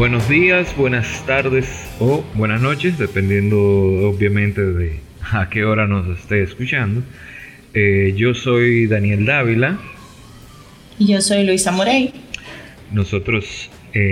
Buenos días, buenas tardes o buenas noches, dependiendo obviamente de a qué hora nos esté escuchando. Yo soy Daniel Dávila. Y yo soy Luisa Morey. Nosotros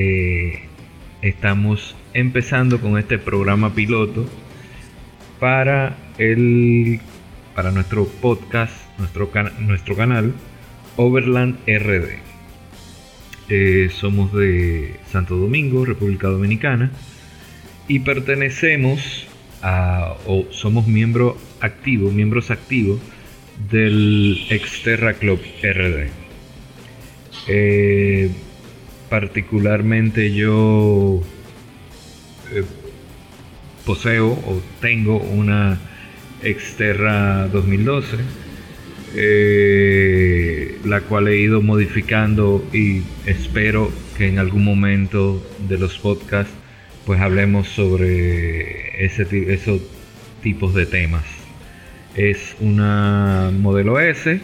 estamos empezando con este programa piloto para nuestro podcast, nuestro canal Overland RD. Somos de Santo Domingo, República Dominicana, y pertenecemos o somos miembros activos del Exterra Club RD. Particularmente yo poseo o tengo una Exterra 2012, la cual he ido modificando y espero que en algún momento de los podcasts pues hablemos sobre esos tipos de temas. Es una modelo S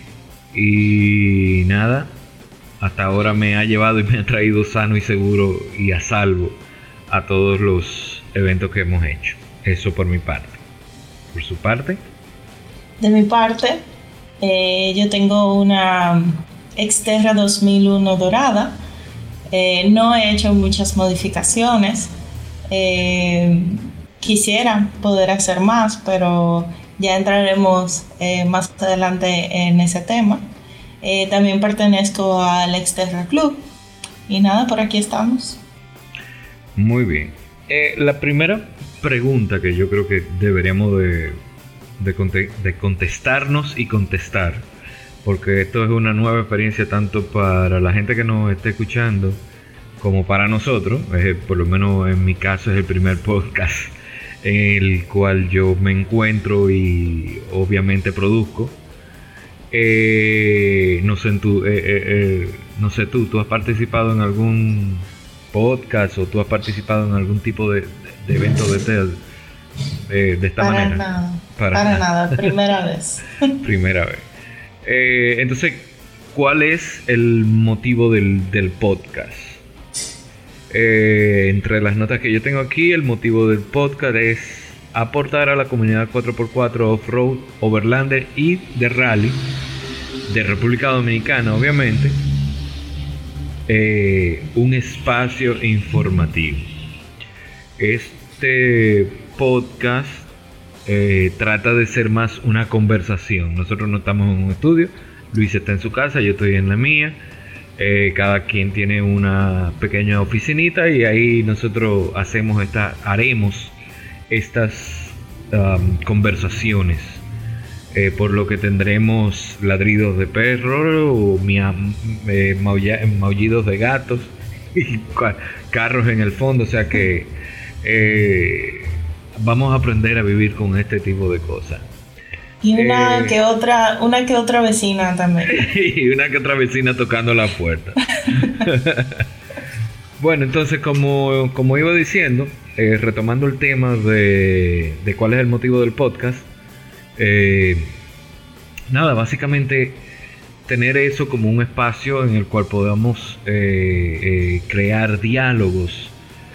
y nada, hasta ahora me ha llevado y me ha traído sano y seguro y a salvo a todos los eventos que hemos hecho. Eso por mi parte. Por su parte. De mi parte, yo tengo una Exterra 2001 dorada. No he hecho muchas modificaciones. Quisiera poder hacer más, pero ya entraremos más adelante en ese tema. También pertenezco al Exterra Club. Y nada, por aquí estamos. Muy bien. La primera pregunta que yo creo que deberíamos de contestarnos y contestar, porque esto es una nueva experiencia tanto para la gente que nos esté escuchando como para nosotros. Por lo menos en mi caso es el primer podcast en el cual yo me encuentro y obviamente produzco. No sé tú has participado en algún podcast o tú has participado en algún tipo de evento de esta manera. Para nada, primera vez. Primera vez. Entonces, ¿cuál es el motivo del podcast? Entre las notas que yo tengo aquí, el motivo del podcast es aportar a la comunidad 4x4 off-road, overlander y de rally de República Dominicana, obviamente, un espacio informativo. Este podcast trata de ser más una conversación. Nosotros no estamos en un estudio, Luis está en su casa, yo estoy en la mía. Cada quien tiene una pequeña oficinita y ahí nosotros haremos estas conversaciones, por lo que tendremos ladridos de perro o maullidos de gatos y carros en el fondo, o sea que vamos a aprender a vivir con este tipo de cosas. Y una que otra vecina también. Y una que otra vecina tocando la puerta. Bueno, entonces como iba diciendo, retomando el tema de cuál es el motivo del podcast, nada, básicamente tener eso como un espacio en el cual podamos crear diálogos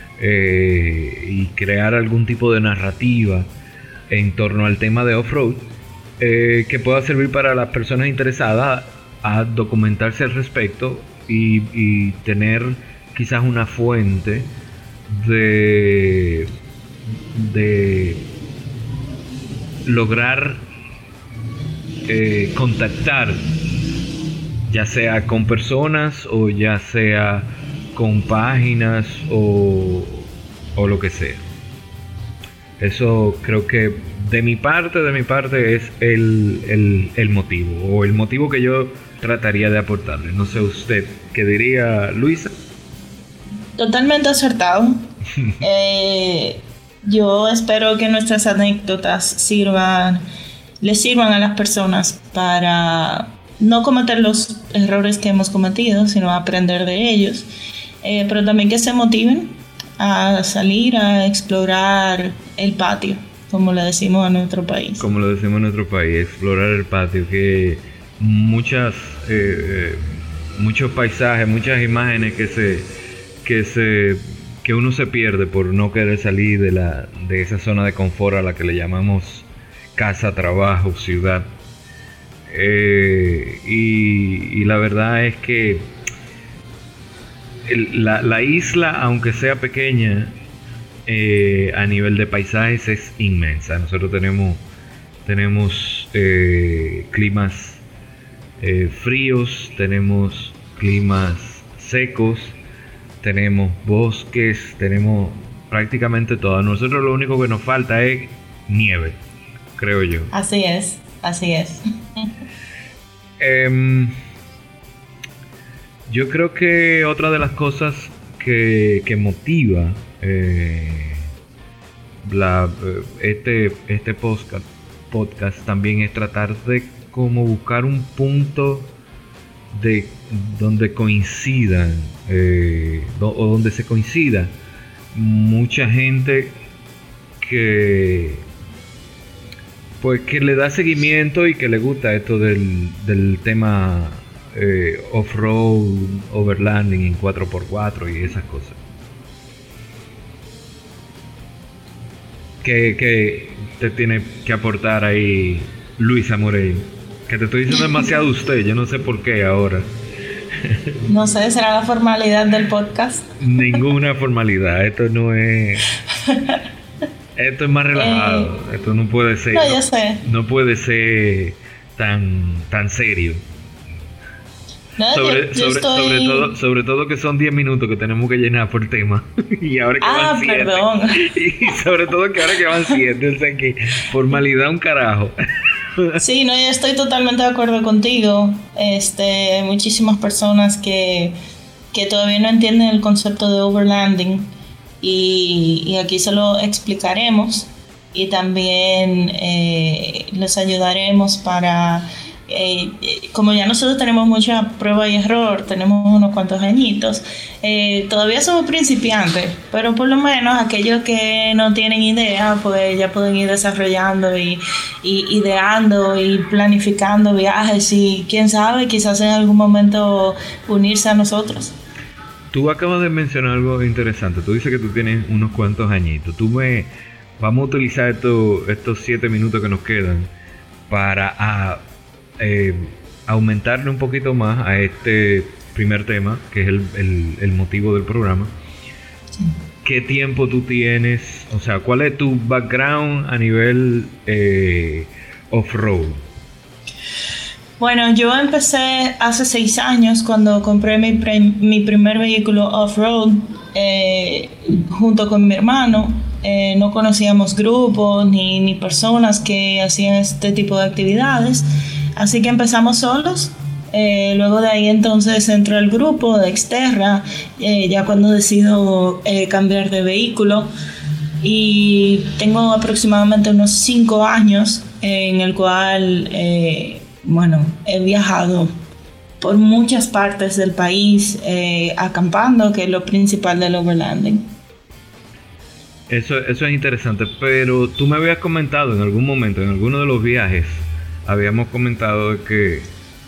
y crear algún tipo de narrativa en torno al tema de off-road, que pueda servir para las personas interesadas a documentarse al respecto y tener quizás una fuente de lograr contactar, ya sea con personas o ya sea con páginas o lo que sea. Eso creo que de mi parte es el motivo, o el motivo que yo trataría de aportarle. No sé usted, ¿qué diría Luisa? Totalmente acertado. Yo espero que nuestras anécdotas les sirvan a las personas para no cometer los errores que hemos cometido, sino aprender de ellos. Pero también que se motiven a salir a explorar el patio, como lo decimos en nuestro país. Como lo decimos en nuestro país, explorar el patio, que muchos paisajes, muchas imágenes que se que uno se pierde por no querer salir de esa zona de confort a la que le llamamos casa, trabajo, ciudad. Y la verdad es que la isla, aunque sea pequeña, a nivel de paisajes es inmensa. Nosotros tenemos climas fríos, tenemos climas secos, tenemos bosques, tenemos prácticamente todo. A nosotros lo único que nos falta es nieve, creo yo. Así es. Yo creo que otra de las cosas que motiva este podcast también es tratar de como buscar un punto de donde coincidan o donde se coincida mucha gente que pues que le da seguimiento y que le gusta esto del tema off-road, overlanding en 4x4 y esas cosas. ¿Qué te tiene que aportar ahí Luisa Morey? Que te estoy diciendo demasiado usted, yo no sé por qué ahora. No sé, ¿será la formalidad del podcast? Ninguna formalidad, esto no es... Esto es más relajado, esto no puede ser... No, yo sé. No puede ser tan serio. No, sobre todo que son 10 minutos que tenemos que llenar por tema. Y ahora que van 7. Perdón. Y sobre todo que ahora que van 7. O sea que formalidad un carajo. Sí, no, yo estoy totalmente de acuerdo contigo. Hay muchísimas personas que todavía no entienden el concepto de overlanding. Y aquí se lo explicaremos. Y también les ayudaremos para... como ya nosotros tenemos mucha prueba y error, tenemos unos cuantos añitos, todavía somos principiantes, pero por lo menos aquellos que no tienen idea, pues ya pueden ir desarrollando y ideando y planificando viajes y quién sabe, quizás en algún momento unirse a nosotros. Tú acabas de mencionar algo interesante. Tú dices que tú tienes unos cuantos añitos. Vamos a utilizar estos 7 minutos que nos quedan para aumentarle un poquito más a este primer tema, que es el motivo del programa. Sí. ¿Qué tiempo tú tienes? O sea, ¿cuál es tu background a nivel off-road? Bueno, yo empecé hace 6 años cuando compré mi primer vehículo off-road junto con mi hermano. No conocíamos grupos ni personas que hacían este tipo de actividades. Así que empezamos solos. Luego de ahí entonces entró el grupo de Xterra, ya cuando decido cambiar de vehículo. Y tengo aproximadamente unos 5 años en el cual, he viajado por muchas partes del país acampando, que es lo principal del overlanding. Eso es interesante, pero tú me habías comentado en algún momento, en alguno de los viajes, habíamos comentado que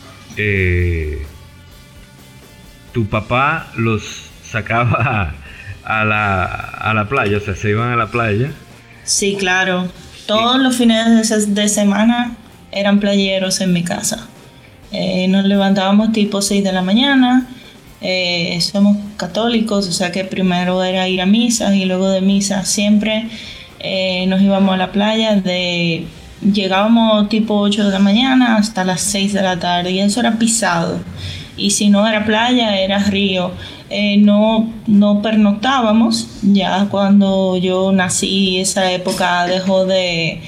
tu papá los sacaba a la playa, o sea, se iban a la playa. Sí, claro. Todos los fines de semana eran playeros en mi casa. Nos levantábamos tipo 6 de la mañana. Somos católicos, o sea que primero era ir a misa y luego de misa siempre nos íbamos a la playa. Llegábamos tipo 8 de la mañana hasta las 6 de la tarde y eso era pisado. Y si no era playa, era río. No pernoctábamos. Ya cuando yo nací, esa época dejó de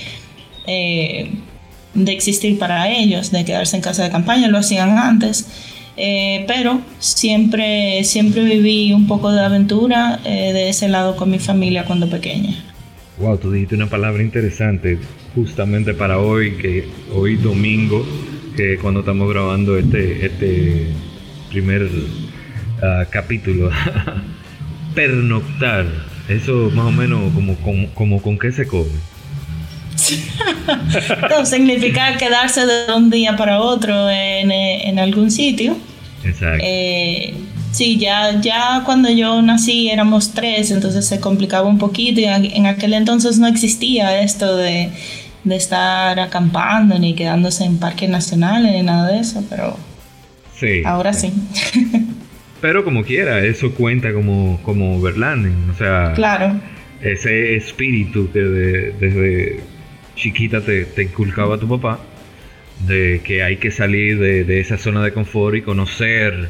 existir para ellos, de quedarse en casa de campaña. Lo hacían antes. Pero siempre viví un poco de aventura de ese lado con mi familia cuando pequeña. Wow, tú dijiste una palabra interesante justamente para hoy domingo, que cuando estamos grabando este primer capítulo. Pernoctar, eso más o menos como con qué se come. No, significa quedarse de un día para otro en algún sitio. Exacto. Sí, ya cuando yo nací éramos 3, entonces se complicaba un poquito y en aquel entonces no existía esto de estar acampando ni quedándose en parques nacionales ni nada de eso, pero Sí, ahora sí. pero como quiera, eso cuenta como overlanding, o sea, Claro, ese espíritu que desde chiquita te inculcaba tu papá, de que hay que salir de esa zona de confort y conocer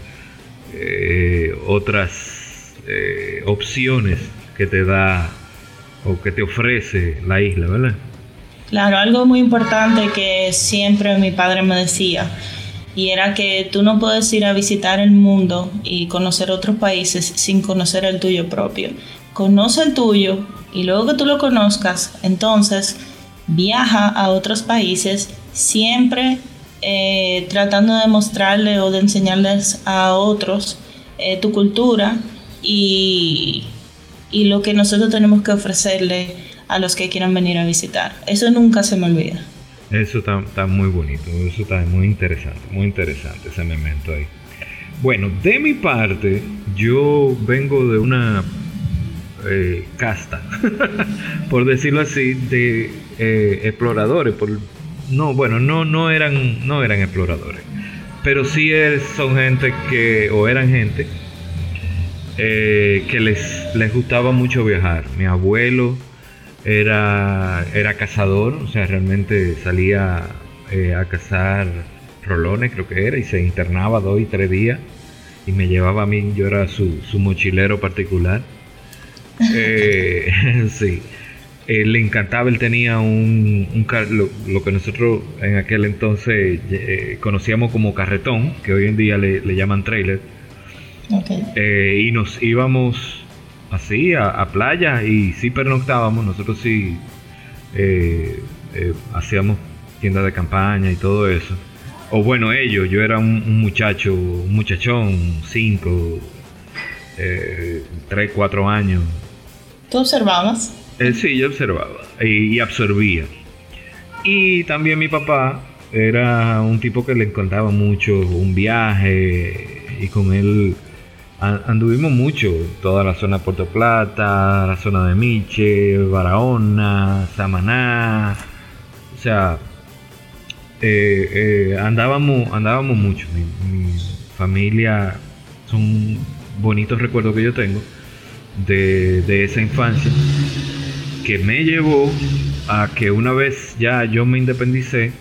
otras opciones que te da o que te ofrece la isla, ¿verdad? claro, algo muy importante que siempre mi padre me decía, y era que tú no puedes ir a visitar el mundo y conocer otros países sin conocer el tuyo propio. Conoce el tuyo y luego que tú lo conozcas, entonces viaja a otros países siempre tratando de mostrarle o de enseñarles a otros tu cultura y, y lo que nosotros tenemos que ofrecerle a los que quieran venir a visitar. Eso nunca se me olvida. Eso está muy bonito, eso está muy interesante ese memento ahí. Bueno, de mi parte, yo vengo de una casta, por decirlo así, de exploradores. No eran exploradores, pero sí son gente eran gente que les gustaba mucho viajar. Mi abuelo era cazador, o sea, realmente salía a cazar rolones, creo que era, y se internaba 2 y 3 días y me llevaba a mí, yo era su mochilero particular. Sí, le encantaba, él tenía lo que nosotros en aquel entonces conocíamos como carretón, que hoy en día le llaman trailer. Okay. Y nos íbamos así a playa y sí pernoctábamos, nosotros sí hacíamos tiendas de campaña y todo eso. O bueno, yo era un muchachón, 5, 3, 4 años. ¿Tú observabas? Sí, yo observaba y absorbía. Y también mi papá era un tipo que le encantaba mucho un viaje y con él anduvimos mucho, toda la zona de Puerto Plata, la zona de Miche, Barahona, Samaná, o sea, andábamos mucho. Mi familia, son bonitos recuerdos que yo tengo de esa infancia, que me llevó a que una vez ya yo me independicé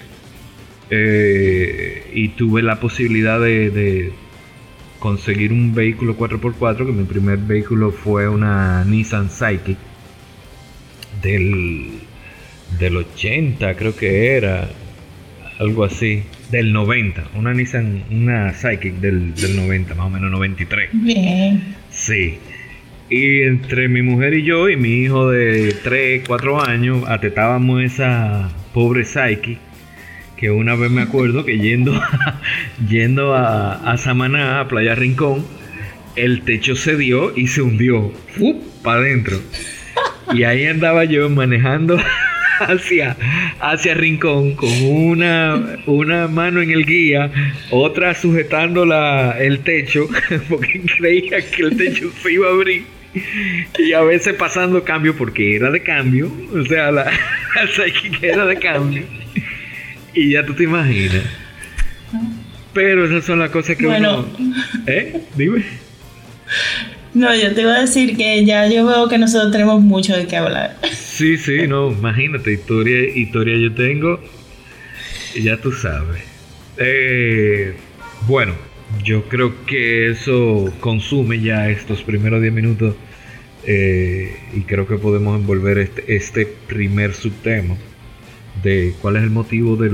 y tuve la posibilidad de conseguir un vehículo 4x4, que mi primer vehículo fue una Nissan Psychic del 80, creo que era, algo así, del 90, una Psychic del 90, más o menos 93. Bien. Sí. Y entre mi mujer y yo y mi hijo de 3, 4 años atetábamos esa pobre Psychic, que una vez me acuerdo que yendo a Samaná, a Playa Rincón, el techo se dio y se hundió para adentro. Y ahí andaba yo manejando hacia Rincón con una mano en el guía, otra sujetando el techo, porque creía que el techo se iba a abrir. Y a veces pasando cambio, porque era de cambio, o sea, la Psychic era de cambio. Y ya tú te imaginas. Pero esas son las cosas que bueno, uno... Dime. No, yo te iba a decir que ya yo veo que nosotros tenemos mucho de qué hablar. Sí, no, imagínate, historia yo tengo, y ya tú sabes. Bueno, yo creo que eso consume ya estos primeros 10 minutos, y creo que podemos envolver este primer subtema de cuál es el motivo del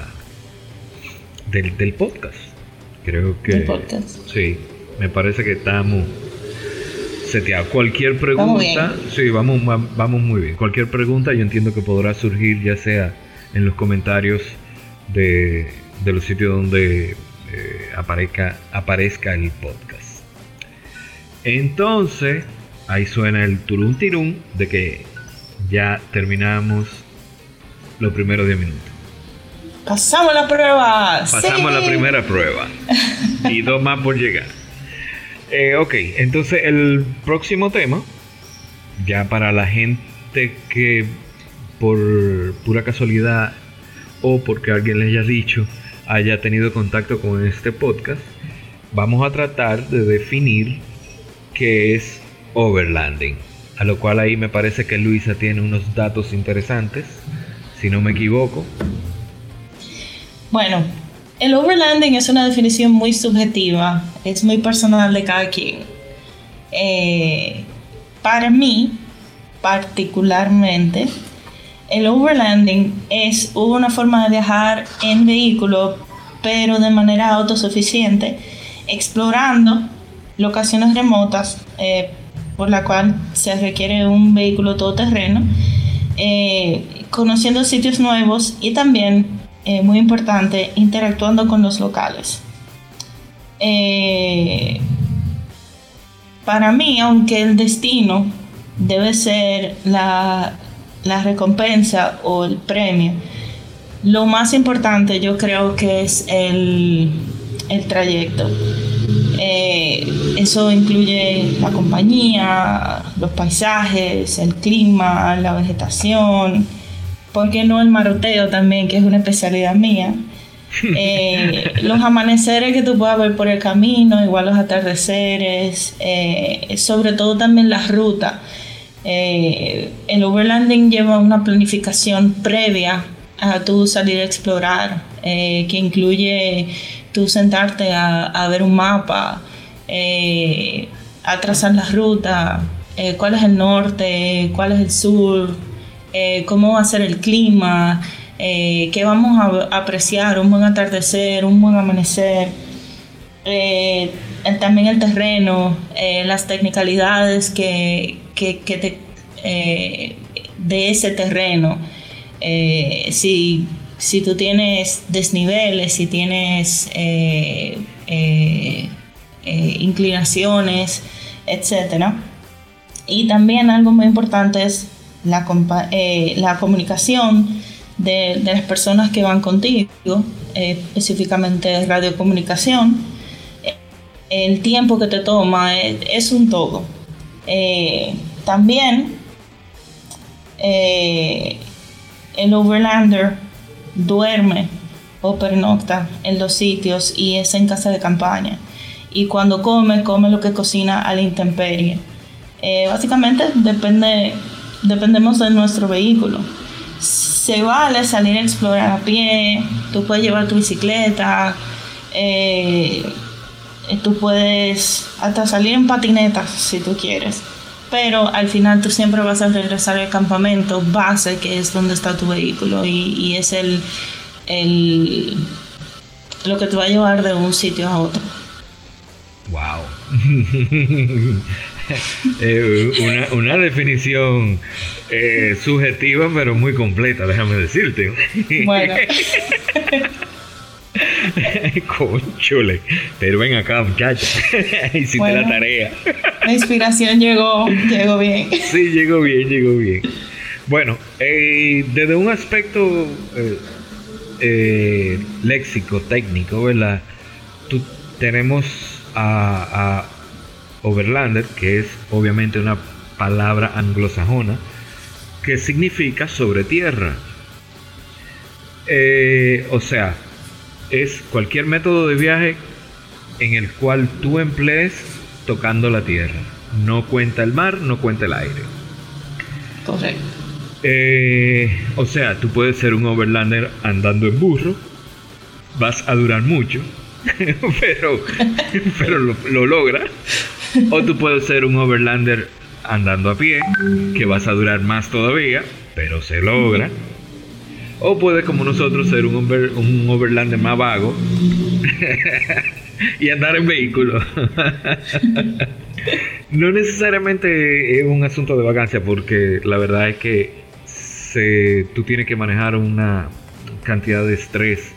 podcast. Creo que... El podcast. Sí, me parece que estamos seteados. Cualquier pregunta... Sí, vamos muy bien. Cualquier pregunta yo entiendo que podrá surgir ya sea en los comentarios de los sitios donde aparezca el podcast. Entonces, ahí suena el turún tirún de que ya terminamos los primeros 10 minutos. Pasamos la prueba. Pasamos ¡Sí! la primera prueba. Y 2 más por llegar. Ok, entonces el próximo tema, ya para la gente que por pura casualidad o porque alguien le haya dicho, haya tenido contacto con este podcast, vamos a tratar de definir qué es overlanding. A lo cual ahí me parece que Luisa tiene unos datos interesantes, si no me equivoco. Bueno, el overlanding es una definición muy subjetiva, es muy personal de cada quien. Para mí, particularmente, el overlanding es una forma de viajar en vehículo, pero de manera autosuficiente, explorando locaciones remotas, por la cual se requiere un vehículo todoterreno, conociendo sitios nuevos y también, muy importante, interactuando con los locales. Para mí, aunque el destino debe ser la recompensa o el premio, lo más importante yo creo que es el trayecto. Eso incluye la compañía, los paisajes, el clima, la vegetación, ¿por qué no el maroteo también, que es una especialidad mía? Los amaneceres que tú puedas ver por el camino, igual los atardeceres, sobre todo también la ruta. El overlanding lleva una planificación previa a tú salir a explorar, que incluye tú sentarte a ver un mapa, a trazar la ruta, cuál es el norte, cuál es el sur, cómo va a ser el clima, qué vamos a apreciar, un buen atardecer, un buen amanecer, también el terreno, las technicalidades que de ese terreno, si tú tienes desniveles, si tienes inclinaciones, etcétera. Y también algo muy importante es la comunicación de las personas que van contigo, específicamente radiocomunicación. El tiempo que te toma es un todo. También el overlander duerme o pernocta en los sitios y es en casa de campaña. Y cuando come lo que cocina a la intemperie. Básicamente dependemos de nuestro vehículo. Se vale salir a explorar a pie, tú puedes llevar tu bicicleta, tú puedes hasta salir en patineta si tú quieres, pero al final tú siempre vas a regresar al campamento base, que es donde está tu vehículo, y es lo que te va a llevar de un sitio a otro. Wow. Una definición subjetiva pero muy completa, déjame decirte. Bueno. Conchole, pero ven acá, muchacha. Hiciste la tarea. La inspiración llegó bien. Sí, llegó bien. Bueno, desde un aspecto léxico, técnico, ¿verdad? Tenemos a overlander, que es obviamente una palabra anglosajona que significa sobre tierra. O sea, es cualquier método de viaje en el cual tú emplees tocando la tierra. No cuenta el mar, no cuenta el aire. Correcto. O sea, tú puedes ser un overlander andando en burro, vas a durar mucho, pero lo logras. O tú puedes ser un overlander andando a pie, que vas a durar más todavía, pero se logra. O puedes, como nosotros, ser un overlander más vago y andar en vehículo. No necesariamente es un asunto de vacancia, porque la verdad es que tú tienes que manejar una cantidad de estrés,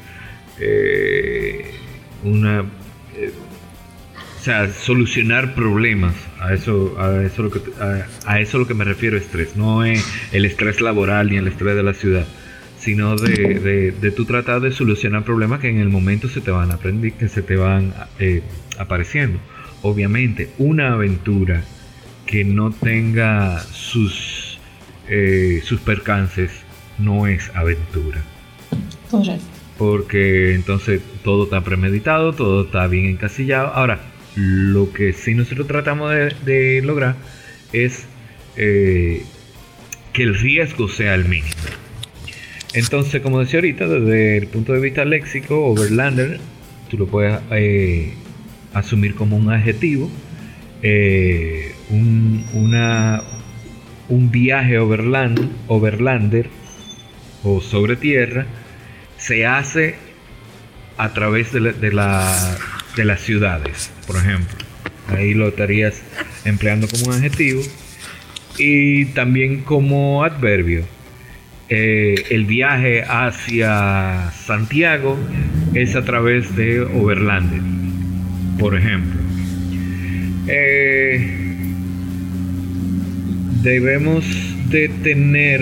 o sea, solucionar problemas. A eso lo que me refiero, estrés. No es el estrés laboral ni el estrés de la ciudad, sino de tú tratar de solucionar problemas que en el momento se te van apareciendo. obviamente, una aventura que no tenga sus percances no es aventura. Correcto. Porque entonces todo está premeditado, todo está bien encasillado. Ahora, lo que sí nosotros tratamos de lograr es que el riesgo sea el mínimo. Entonces, como decía ahorita, desde el punto de vista léxico, Overlander, tú lo puedes asumir como un adjetivo. Un viaje overlander o sobre tierra se hace a través de las ciudades, por ejemplo. Ahí lo estarías empleando como un adjetivo y también como adverbio. El viaje hacia Santiago es a través de Overlander, por ejemplo. Debemos de tener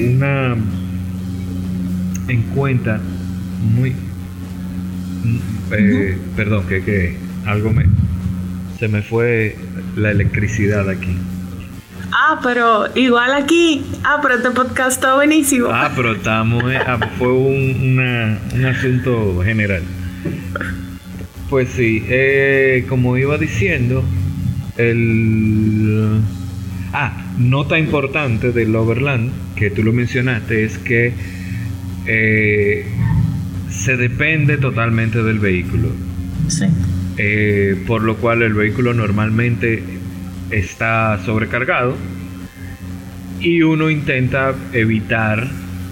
en cuenta perdón, que algo se me fue la electricidad aquí. Pero igual aquí. Pero este podcast está buenísimo. Pero fue un asunto general. Pues sí, como iba diciendo, nota importante del Overland, que tú lo mencionaste, es que se depende totalmente del vehículo. Sí. Por lo cual el vehículo normalmente está sobrecargado y uno intenta evitar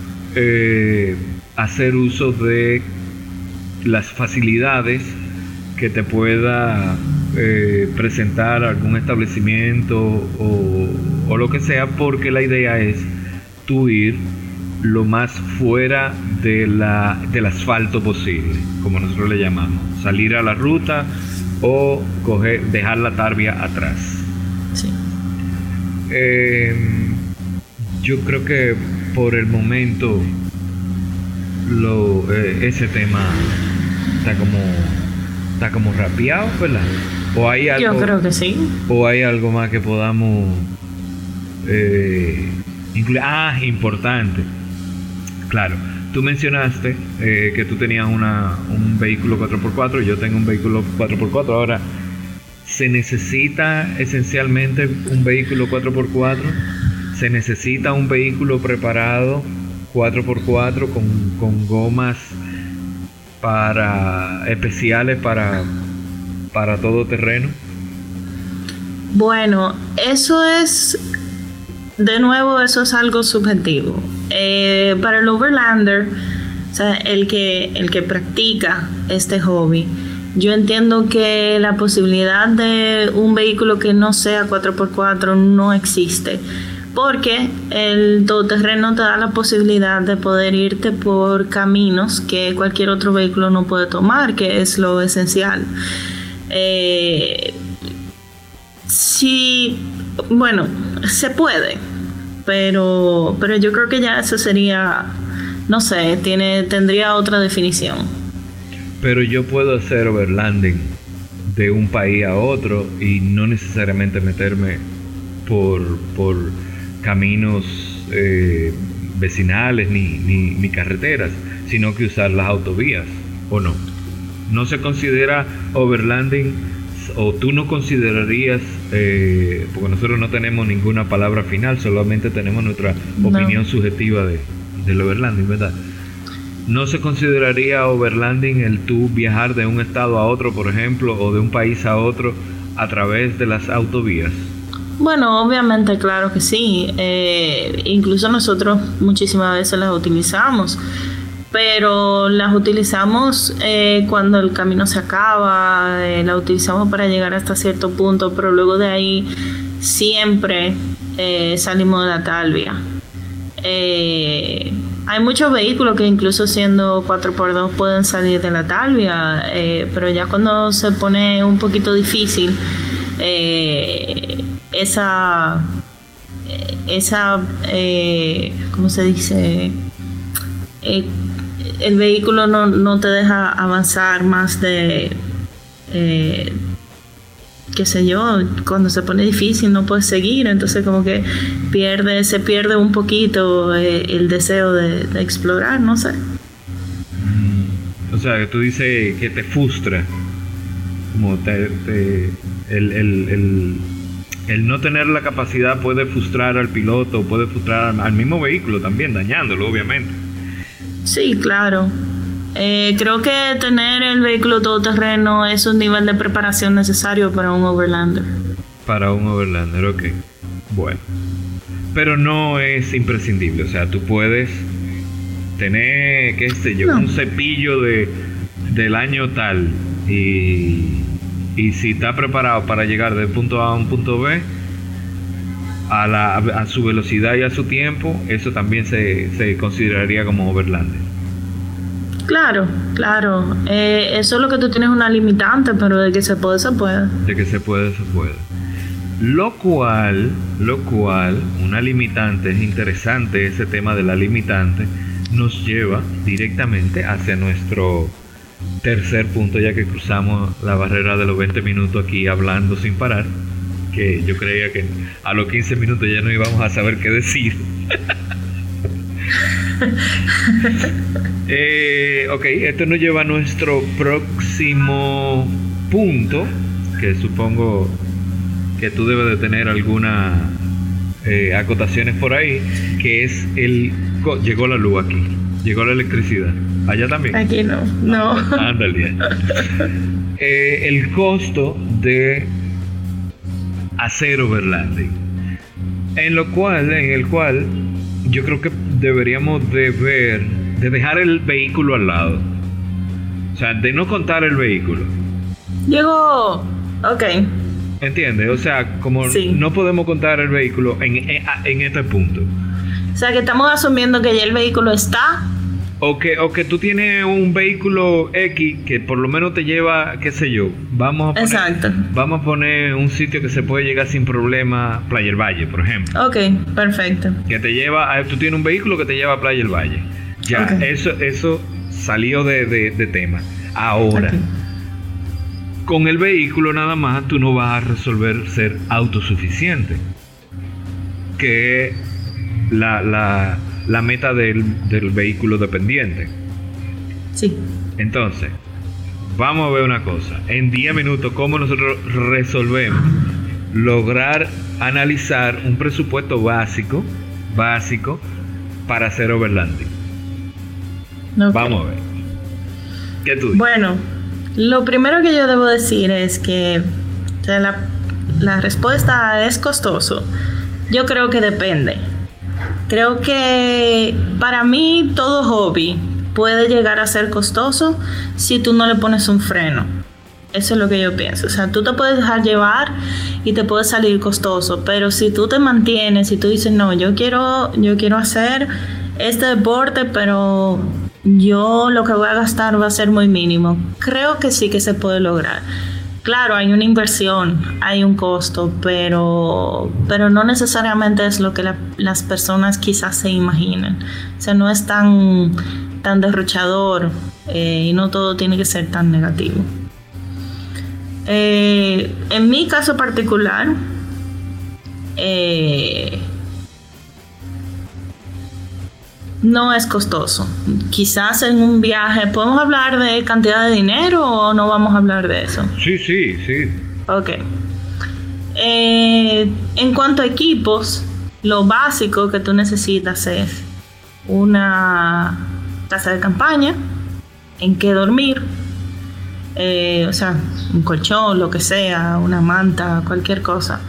hacer uso de las facilidades que te pueda presentar algún establecimiento o lo que sea, porque la idea es tú ir lo más fuera del asfalto posible, como nosotros le llamamos, salir a la ruta o dejar la tarbia atrás. Sí. Yo creo que por el momento ese tema está como rapeado, ¿verdad? ¿O hay algo? Yo creo que sí. ¿O hay algo más que podamos incluir? Importante. Claro, tú mencionaste que tú tenías un vehículo 4x4, yo tengo un vehículo 4x4. Ahora, ¿se necesita esencialmente un vehículo 4x4? ¿Se necesita un vehículo preparado 4x4 con gomas especiales para todo terreno? Bueno, eso es algo subjetivo. Para el Overlander, o sea, el que practica este hobby, yo entiendo que la posibilidad de un vehículo que no sea 4x4 no existe, porque el todoterreno te da la posibilidad de poder irte por caminos que cualquier otro vehículo no puede tomar, que es lo esencial. Sí, bueno, se puede, pero yo creo que ya eso sería, no sé, tendría otra definición. Pero yo puedo hacer overlanding de un país a otro y no necesariamente meterme por caminos vecinales ni carreteras, sino que usar las autovías, ¿o no? ¿No se considera overlanding, o tú no considerarías, porque nosotros no tenemos ninguna palabra final, solamente tenemos nuestra opinión subjetiva del overlanding, ¿verdad? ¿No se consideraría overlanding el tú viajar de un estado a otro, por ejemplo, o de un país a otro a través de las autovías? Bueno, obviamente, claro que sí. Incluso nosotros muchísimas veces las utilizamos, pero las utilizamos cuando el camino se acaba, la utilizamos para llegar hasta cierto punto, pero luego de ahí siempre salimos de la talvia. Hay muchos vehículos que incluso siendo 4x2 pueden salir de la talvia, pero ya cuando se pone un poquito difícil, ¿cómo se dice? El vehículo no te deja avanzar más de qué sé yo, cuando se pone difícil no puedes seguir, entonces como que se pierde un poquito el deseo de explorar, no sé. O sea, que tú dices que te frustra, como el no tener la capacidad puede frustrar al piloto, puede frustrar al mismo vehículo también, dañándolo obviamente. Sí, claro. Creo que tener el vehículo todoterreno es un nivel de preparación necesario para un overlander. Para un overlander, ok. Bueno. Pero no es imprescindible, o sea, tú puedes tener, qué sé yo, un cepillo del año tal y si está preparado para llegar del punto A a un punto B a su velocidad y a su tiempo, eso también se consideraría como overlander. Claro. Eso es lo que tú tienes una limitante, pero de que se puede, se puede. De que se puede, se puede. Lo cual, una limitante, es interesante ese tema de la limitante, nos lleva directamente hacia nuestro tercer punto, ya que cruzamos la barrera de los 20 minutos aquí hablando sin parar, que yo creía que a los 15 minutos ya no íbamos a saber qué decir. Ok, esto nos lleva a nuestro próximo punto, que supongo que tú debes de tener algunas acotaciones por ahí, que es llegó la luz aquí, llegó la electricidad. Allá también. Aquí no. Ándale. El costo de hacer overlanding, en el cual yo creo que deberíamos de dejar el vehículo al lado, o sea, de no contar el vehículo. Llegó. Ok. ¿Entiendes? O sea, como sí. No podemos contar el vehículo en este punto. O sea, que estamos asumiendo que ya el vehículo está. O que tú tienes un vehículo X que por lo menos te lleva, qué sé yo, vamos a poner un sitio que se puede llegar sin problema, Playa del Valle, por ejemplo. Ok, perfecto. Que te lleva, tú tienes un vehículo que te lleva a Playa del Valle. Ya, okay. Eso salió de tema. Ahora, okay. Con el vehículo nada más tú no vas a resolver ser autosuficiente, que la meta del vehículo dependiente. Sí. Entonces, vamos a ver una cosa. En 10 minutos, ¿cómo nosotros resolvemos lograr analizar un presupuesto básico para hacer overlanding? Okay. Vamos a ver. ¿Qué tú dices? Bueno, lo primero que yo debo decir es que la respuesta es costoso. Yo creo que depende. Creo que para mí todo hobby puede llegar a ser costoso si tú no le pones un freno. Eso es lo que yo pienso. O sea, tú te puedes dejar llevar y te puede salir costoso, pero si tú te mantienes, si tú dices, no, yo quiero hacer este deporte, pero yo lo que voy a gastar va a ser muy mínimo, creo que sí que se puede lograr. Claro, hay una inversión, hay un costo, pero no necesariamente es lo que las personas quizás se imaginen. O sea, no es tan derrochador y no todo tiene que ser tan negativo. En mi caso particular, no es costoso. Quizás en un viaje, ¿podemos hablar de cantidad de dinero o no vamos a hablar de eso? Sí. Ok. En cuanto a equipos, lo básico que tú necesitas es una casa de campaña, en que dormir, o sea, un colchón, lo que sea, una manta, cualquier cosa,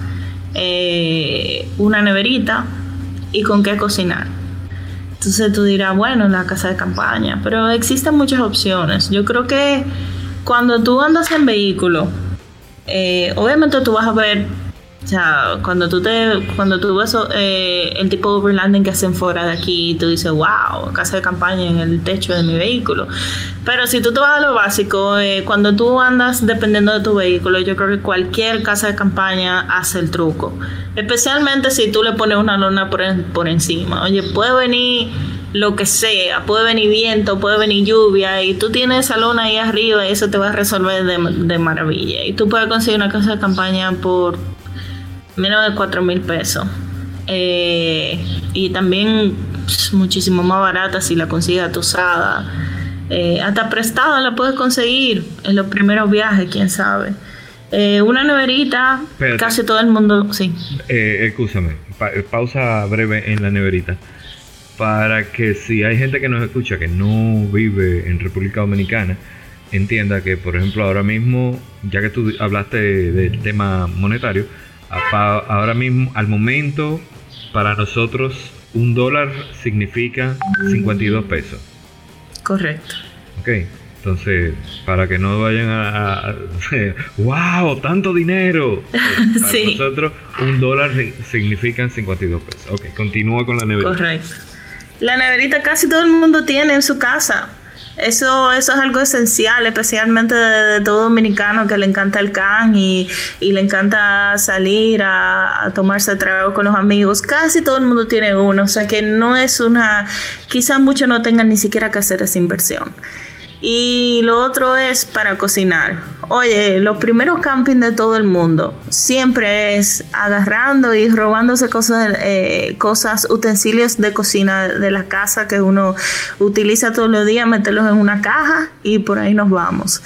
una neverita y con qué cocinar. Entonces tú dirás, bueno, la casa de campaña, pero existen muchas opciones. Yo creo que cuando tú andas en vehículo, obviamente tú vas a ver, o sea, cuando tú ves el tipo de overlanding que hacen fuera de aquí, tú dices, wow, casa de campaña en el techo de mi vehículo. Pero si tú te vas a lo básico, cuando tú andas dependiendo de tu vehículo, yo creo que cualquier casa de campaña hace el truco. Especialmente si tú le pones una lona por encima. Oye, puede venir lo que sea, puede venir viento, puede venir lluvia, y tú tienes esa lona ahí arriba y eso te va a resolver de maravilla. Y tú puedes conseguir una casa de campaña por menos de 4,000 pesos. Y también muchísimo más barata si la consigues usada. Hasta prestada la puedes conseguir en los primeros viajes, quién sabe. Una neverita, espérate. Casi todo el mundo, sí. Escúchame, pausa breve en la neverita. Para que si hay gente que nos escucha que no vive en República Dominicana, entienda que, por ejemplo, ahora mismo, ya que tú hablaste del tema monetario, ahora mismo, al momento, para nosotros, $1 significa 52 pesos. Correcto. Ok, entonces, para que no vayan a ¡wow! ¡Tanto dinero! Para sí. nosotros, $1 significan 52 pesos. Ok, continúa con la neverita. Correcto. La neverita casi todo el mundo tiene en su casa. Eso es algo esencial, especialmente de todo dominicano que le encanta el can y le encanta salir a tomarse trago con los amigos. Casi todo el mundo tiene uno, o sea que no es quizás muchos no tengan ni siquiera que hacer esa inversión. Y lo otro es para cocinar. Oye, los primeros camping de todo el mundo siempre es agarrando y robándose cosas, utensilios de cocina de la casa que uno utiliza todos los días, meterlos en una caja y por ahí nos vamos.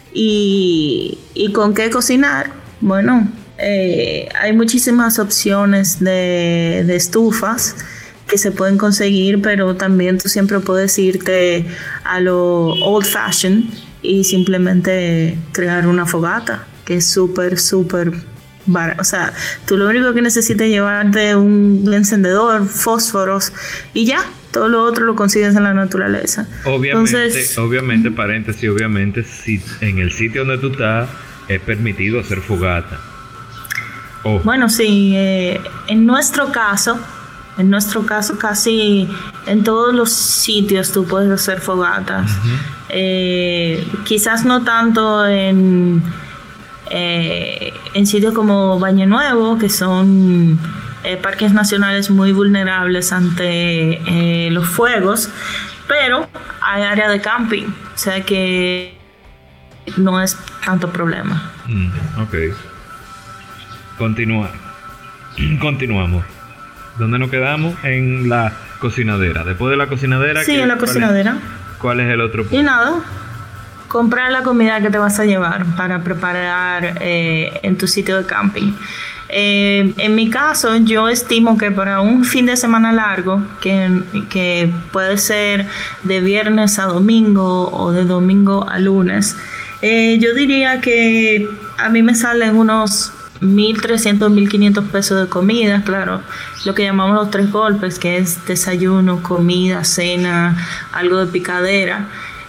¿Y con qué cocinar? Bueno, hay muchísimas opciones de estufas que se pueden conseguir, pero también tú siempre puedes irte a lo old fashion y simplemente crear una fogata, que es súper barato. O sea, tú lo único que necesitas es llevarte un encendedor, fósforos y ya, todo lo otro lo consigues en la naturaleza. Obviamente, paréntesis, si en el sitio donde tú estás es permitido hacer fogata. Bueno, sí, en nuestro caso casi en todos los sitios tú puedes hacer fogatas. Quizás no tanto en sitios como Baño Nuevo, que son parques nacionales muy vulnerables ante los fuegos, pero hay área de camping, o sea que no es tanto problema. Ok. Continuamos. ¿Dónde nos quedamos? En la cocinadera. Después de la cocinadera... Sí, en la cocinadera. ¿Cuál es el otro punto? Y nada, comprar la comida que te vas a llevar para preparar en tu sitio de camping. En mi caso, yo estimo que para un fin de semana largo, que puede ser de viernes a domingo o de domingo a lunes, yo diría que a mí me salen unos 1,300, 1,500 pesos de comida, claro, lo que llamamos los 3 golpes, que es desayuno, comida, cena, algo de picadera,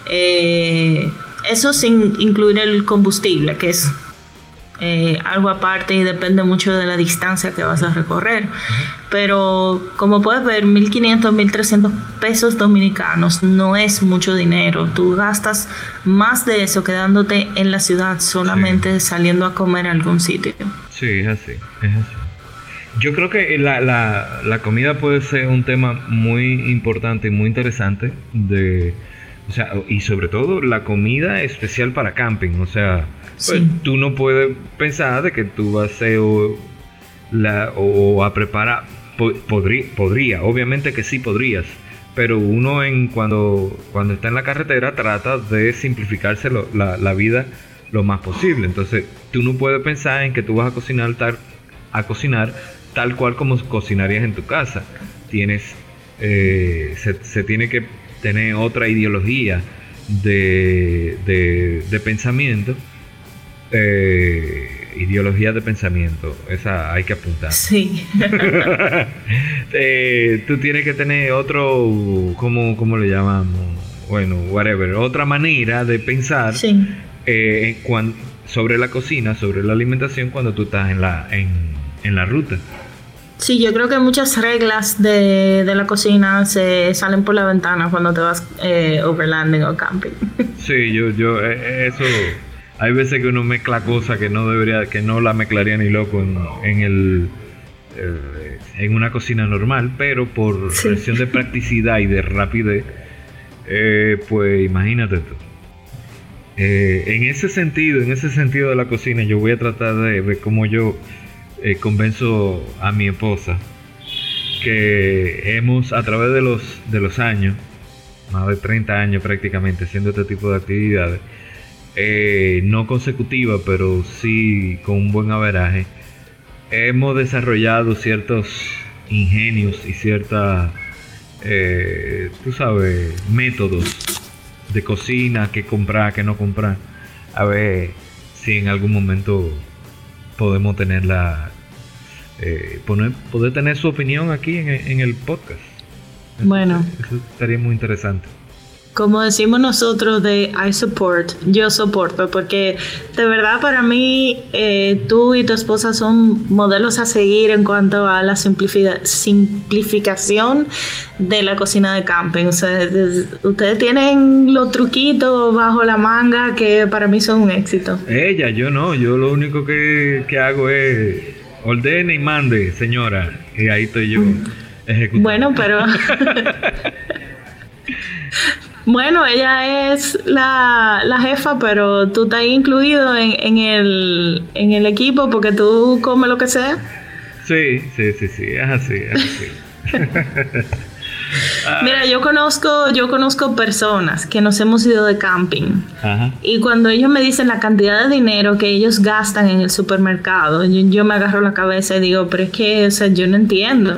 eso sin incluir el combustible, que es algo aparte y depende mucho de la distancia que vas a recorrer. Pero como puedes ver, 1,500, 1,300 pesos dominicanos no es mucho dinero. Tú gastas más de eso quedándote en la ciudad solamente saliendo a comer a algún sitio. Sí, es así. Yo creo que la comida puede ser un tema muy importante y muy interesante o sea, y sobre todo la comida especial para camping. O sea, pues, tú no puedes pensar de que tú vas a hacer o a preparar. Podría, obviamente que sí podrías, pero uno cuando está en la carretera trata de simplificarse la vida lo más posible. Entonces tú no puedes pensar en que tú vas a cocinar tal cual como cocinarías en tu casa. Se tiene que tener otra ideología de pensamiento. Ideología de pensamiento, esa hay que apuntar. Sí. Tú tienes que tener otro, ¿cómo le llamamos? Bueno, whatever, otra manera de pensar sobre la cocina, sobre la alimentación cuando tú estás en la ruta. Sí, yo creo que muchas reglas de la cocina se salen por la ventana cuando te vas overlanding o camping. Sí, yo eso... Hay veces que uno mezcla cosas que no la mezclaría ni loco en en una cocina normal, pero por cuestión de practicidad y de rapidez, pues imagínate tú. En ese sentido de la cocina, yo voy a tratar de ver cómo yo convenzo a mi esposa que hemos, a través de los años, más de 30 años prácticamente, haciendo este tipo de actividades, no consecutivas, pero sí con un buen averaje, hemos desarrollado ciertos ingenios y ciertas, tú sabes, métodos de cocina, que comprar, que no comprar, a ver si en algún momento podemos tenerla, poder tener su opinión aquí en el podcast. Bueno, eso estaría muy interesante. Como decimos nosotros de I support, yo soporto, porque de verdad para mí tú y tu esposa son modelos a seguir en cuanto a la simplificación de la cocina de camping. O sea, ustedes tienen los truquitos bajo la manga que para mí son un éxito. Yo no, yo lo único que hago es ordene y mande, señora, y ahí estoy yo ejecutando. Bueno, pero... Bueno, ella es la jefa, pero tú estás incluido en el equipo porque tú comes lo que sea. Sí, es así. Mira, yo conozco personas que nos hemos ido de camping. Ajá. Y cuando ellos me dicen la cantidad de dinero que ellos gastan en el supermercado, yo me agarro la cabeza y digo, pero es que, o sea, yo no entiendo.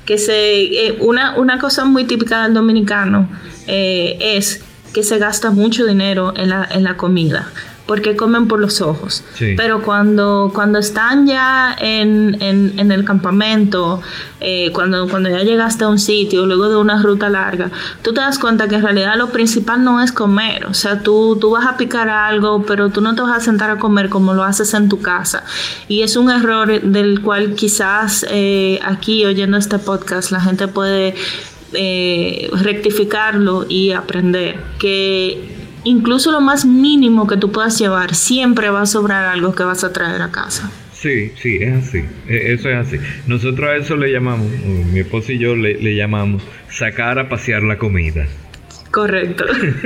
Una cosa muy típica del dominicano es que se gasta mucho dinero en la comida, porque comen por los ojos. Sí. Pero cuando están ya en el campamento, cuando ya llegaste a un sitio, luego de una ruta larga, tú te das cuenta que en realidad lo principal no es comer. O sea, tú vas a picar algo, pero tú no te vas a sentar a comer como lo haces en tu casa. Y es un error del cual quizás aquí oyendo este podcast la gente puede rectificarlo y aprender que incluso lo más mínimo que tú puedas llevar siempre va a sobrar algo que vas a traer a casa. Sí, es así, eso es así. Nosotros a eso le llamamos, mi esposa y yo le llamamos sacar a pasear la comida. Correcto.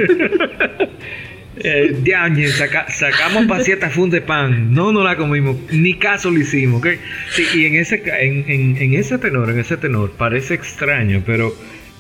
Sacamos a pasear esta funda de pan, no la comimos, ni caso le hicimos, ¿ok? Sí, y en ese tenor parece extraño, pero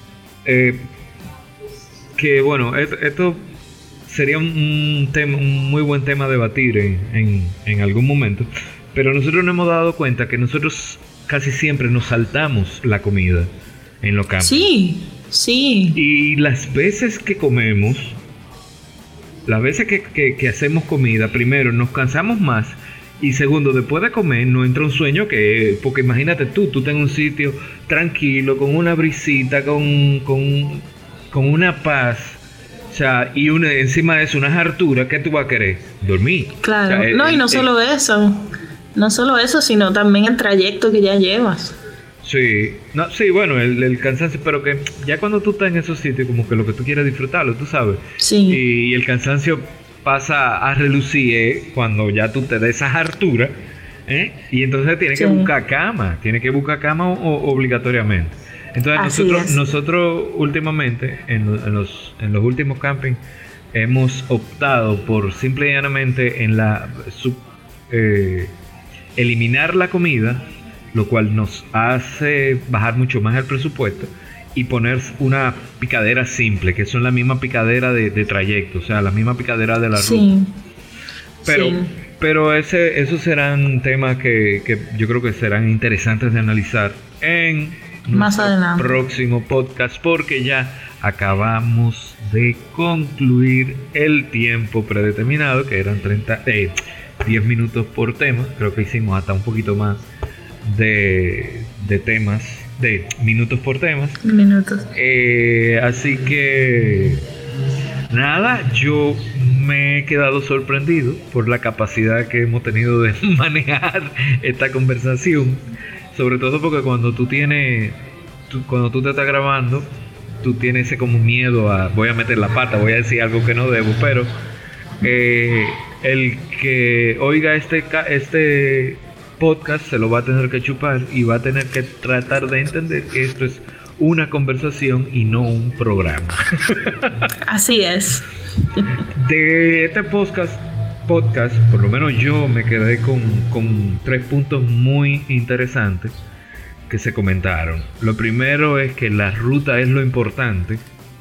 que bueno, esto sería un muy buen tema a debatir en algún momento, pero nosotros nos hemos dado cuenta que nosotros casi siempre nos saltamos la comida en los campos. Sí. Y las veces que comemos, las veces que hacemos comida, primero nos cansamos más y segundo, después de comer nos entra un sueño porque imagínate tú estás en un sitio tranquilo, con una brisita, con una paz. O sea, y encima de eso, unas harturas, ¿qué tú vas a querer? Dormir. Claro, o sea, no solo eso, sino también el trayecto que ya llevas. Sí, bueno, el cansancio, pero que ya cuando tú estás en esos sitios, como que lo que tú quieres disfrutarlo, tú sabes. Sí. Y el cansancio pasa a relucir cuando ya tú te des esas harturas, y entonces tienes que buscar cama, obligatoriamente. Entonces nosotros últimamente, en los últimos campings, hemos optado por simple y llanamente eliminar la comida, lo cual nos hace bajar mucho más el presupuesto, y poner una picadera simple, que son la misma picadera de trayecto, o sea, la misma picadera de la ruta. Pero esos serán temas que yo creo que serán interesantes de analizar en más adelante, próximo podcast, porque ya acabamos de concluir el tiempo predeterminado, que eran 10 minutos por tema. Creo que hicimos hasta un poquito más de temas, de minutos por temas. Así que nada, yo me he quedado sorprendido por la capacidad que hemos tenido de manejar esta conversación. Sobre todo porque cuando tú te estás grabando, tú tienes ese como miedo a voy a meter la pata, voy a decir algo que no debo, pero el que oiga este podcast se lo va a tener que chupar y va a tener que tratar de entender que esto es una conversación y no un programa. Así es. De este podcast, por lo menos yo me quedé con 3 puntos muy interesantes que se comentaron. Lo primero es que la ruta es lo importante.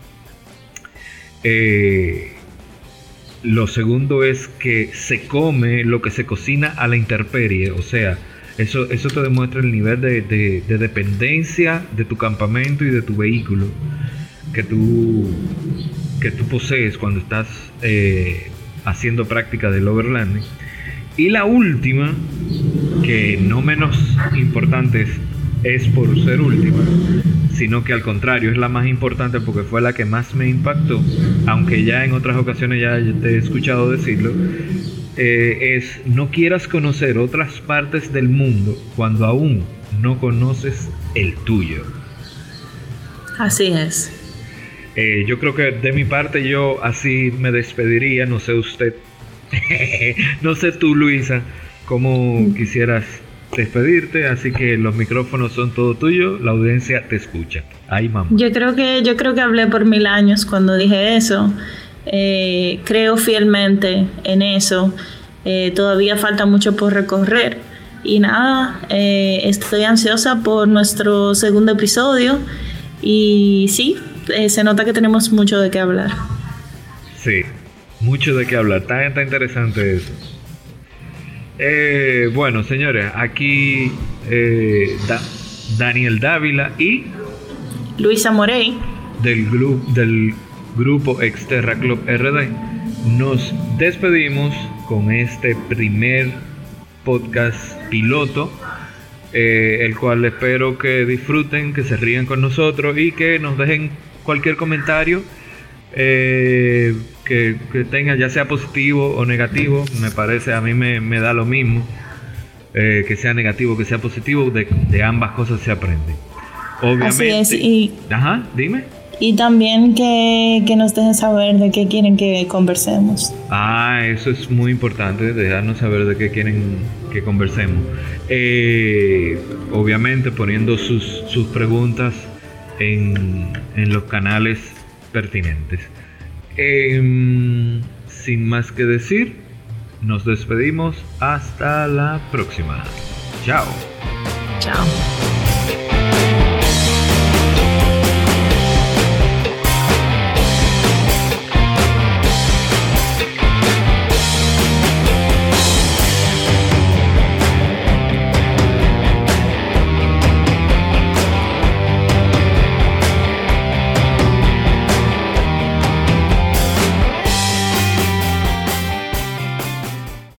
Lo segundo es que se come lo que se cocina a la intemperie, o sea, eso te demuestra el nivel de dependencia de tu campamento y de tu vehículo que tú posees cuando estás haciendo práctica del overlanding. Y la última, que no menos importante es por ser última, sino que al contrario es la más importante porque fue la que más me impactó, aunque ya en otras ocasiones ya te he escuchado decirlo, es no quieras conocer otras partes del mundo cuando aún no conoces el tuyo. Así es. Yo creo que de mi parte yo así me despediría, no sé usted, no sé tú, Luisa, cómo quisieras despedirte, así que los micrófonos son todo tuyos, la audiencia te escucha. Ay, mamá. Yo creo que hablé por 1000 años cuando dije eso. Creo fielmente en eso. Todavía falta mucho por recorrer. Y nada, estoy ansiosa por nuestro segundo episodio. Y sí, se nota que tenemos mucho de qué hablar. Sí, mucho de qué hablar. Está interesante eso. Bueno, señores, aquí Daniel Dávila y Luisa Morey del grupo Exterra Club RD. Nos despedimos con este primer podcast piloto, el cual espero que disfruten, que se rían con nosotros y que nos dejen cualquier comentario que tenga, ya sea positivo o negativo. Me parece, a mí me da lo mismo, que sea negativo, que sea positivo, de ambas cosas se aprende. Obviamente. Así es. Ajá, dime. Y también que nos dejen saber de qué quieren que conversemos. Eso es muy importante, dejarnos saber de qué quieren que conversemos. Obviamente poniendo sus preguntas en los canales pertinentes. Sin más que decir, nos despedimos. Hasta la próxima. Chao. Chao.